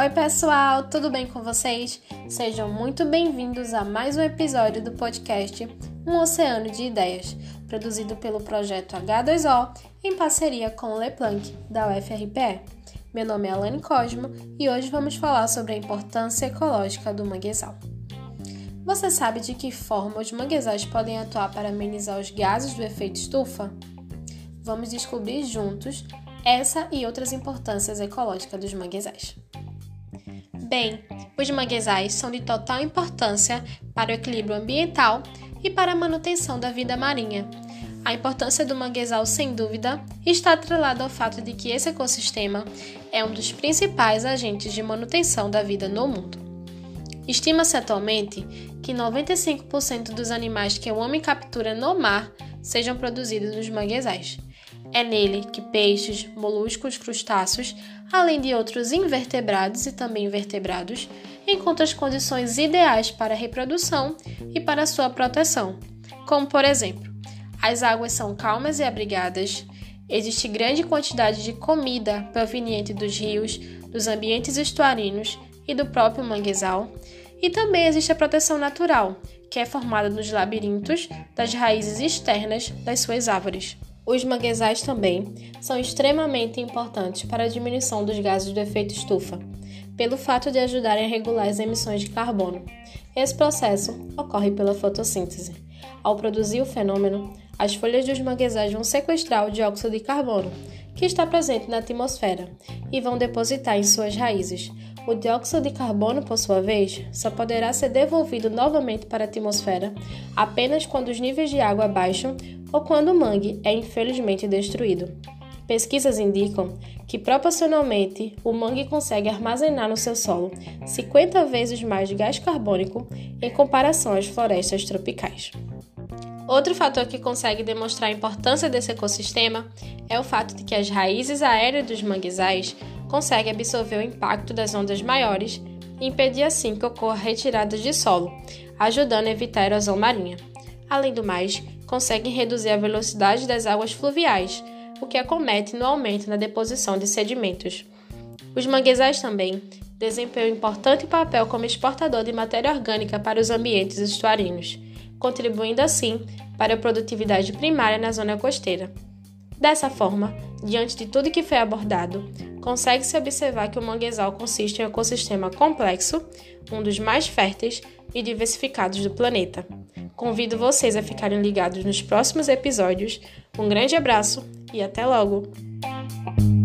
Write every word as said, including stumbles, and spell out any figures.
Oi pessoal, tudo bem com vocês? Sejam muito bem-vindos a mais um episódio do podcast Um Oceano de Ideias, produzido pelo projeto H dois O em parceria com o LEPLANC, da U F R P E. Meu nome é Alane Cosmo e hoje vamos falar sobre a importância ecológica do manguezal. Você sabe de que forma os manguezais podem atuar para amenizar os gases do efeito estufa? Vamos descobrir juntos essa e outras importâncias ecológicas dos manguezais. Bem, os manguezais são de total importância para o equilíbrio ambiental e para a manutenção da vida marinha. A importância do manguezal, sem dúvida, está atrelada ao fato de que esse ecossistema é um dos principais agentes de manutenção da vida no mundo. Estima-se atualmente que noventa e cinco por cento dos animais que o homem captura no mar sejam produzidos nos manguezais. É nele que peixes, moluscos, crustáceos, além de outros invertebrados e também vertebrados, encontram as condições ideais para a reprodução e para a sua proteção, como por exemplo, as águas são calmas e abrigadas, existe grande quantidade de comida proveniente dos rios, dos ambientes estuarinos e do próprio manguezal, e também existe a proteção natural, que é formada nos labirintos das raízes externas das suas árvores. Os manguezais também são extremamente importantes para a diminuição dos gases do efeito estufa, pelo fato de ajudarem a regular as emissões de carbono. Esse processo ocorre pela fotossíntese. Ao produzir o fenômeno, as folhas dos manguezais vão sequestrar o dióxido de carbono, que está presente na atmosfera, e vão depositar em suas raízes. O dióxido de carbono, por sua vez, só poderá ser devolvido novamente para a atmosfera apenas quando os níveis de água baixam ou quando o mangue é infelizmente destruído. Pesquisas indicam que, proporcionalmente, o mangue consegue armazenar no seu solo cinquenta vezes mais de gás carbônico em comparação às florestas tropicais. Outro fator que consegue demonstrar a importância desse ecossistema é o fato de que as raízes aéreas dos manguezais conseguem absorver o impacto das ondas maiores e impedir assim que ocorra retiradas de solo, ajudando a evitar a erosão marinha. Além do mais, conseguem reduzir a velocidade das águas fluviais, o que acomete no aumento na deposição de sedimentos. Os manguezais também desempenham um importante papel como exportador de matéria orgânica para os ambientes estuarinos, contribuindo assim para a produtividade primária na zona costeira. Dessa forma, diante de tudo que foi abordado, consegue-se observar que o manguezal consiste em um ecossistema complexo, um dos mais férteis e diversificados do planeta. Convido vocês a ficarem ligados nos próximos episódios. Um grande abraço e até logo!